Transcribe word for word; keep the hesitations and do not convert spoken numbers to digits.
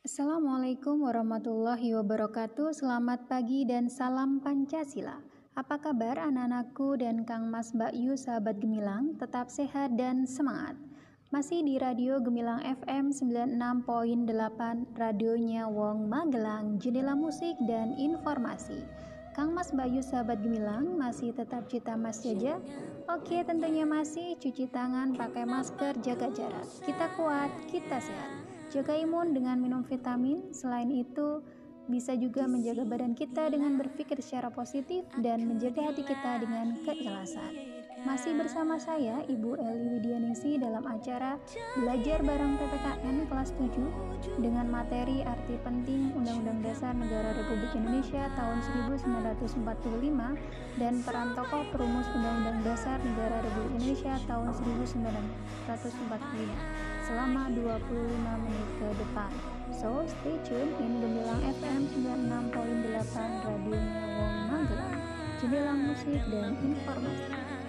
Assalamualaikum warahmatullahi wabarakatuh. Selamat pagi dan salam Pancasila. Apa kabar anak-anakku dan Kang Mas Mbak Yu sahabat Gemilang? Tetap sehat dan semangat. Masih di Radio Gemilang F M sembilan puluh enam koma delapan, radionya Wong Magelang, jendela musik dan informasi. Kang Mas Mbak Yu sahabat Gemilang masih tetap cita mas jaja? Oke, tentunya masih cuci tangan, pakai masker, jaga jarak. Kita kuat, kita sehat. Jaga imun dengan minum vitamin. Selain itu, bisa juga menjaga badan kita dengan berpikir secara positif dan menjaga hati kita dengan keikhlasan. Masih bersama saya, Ibu Eli Widianisi dalam acara Belajar Bareng P P K N kelas tujuh dengan materi arti penting Undang-Undang Dasar Negara Republik Indonesia tahun seribu sembilan ratus empat puluh lima dan peran tokoh perumus Undang-Undang Dasar Negara Republik Indonesia tahun seribu sembilan ratus empat puluh lima selama dua puluh lima menit ke depan. So, stay tune in Gemilang F M sembilan puluh enam koma delapan, radionya Wong Magelang, jendela musik dan informasi.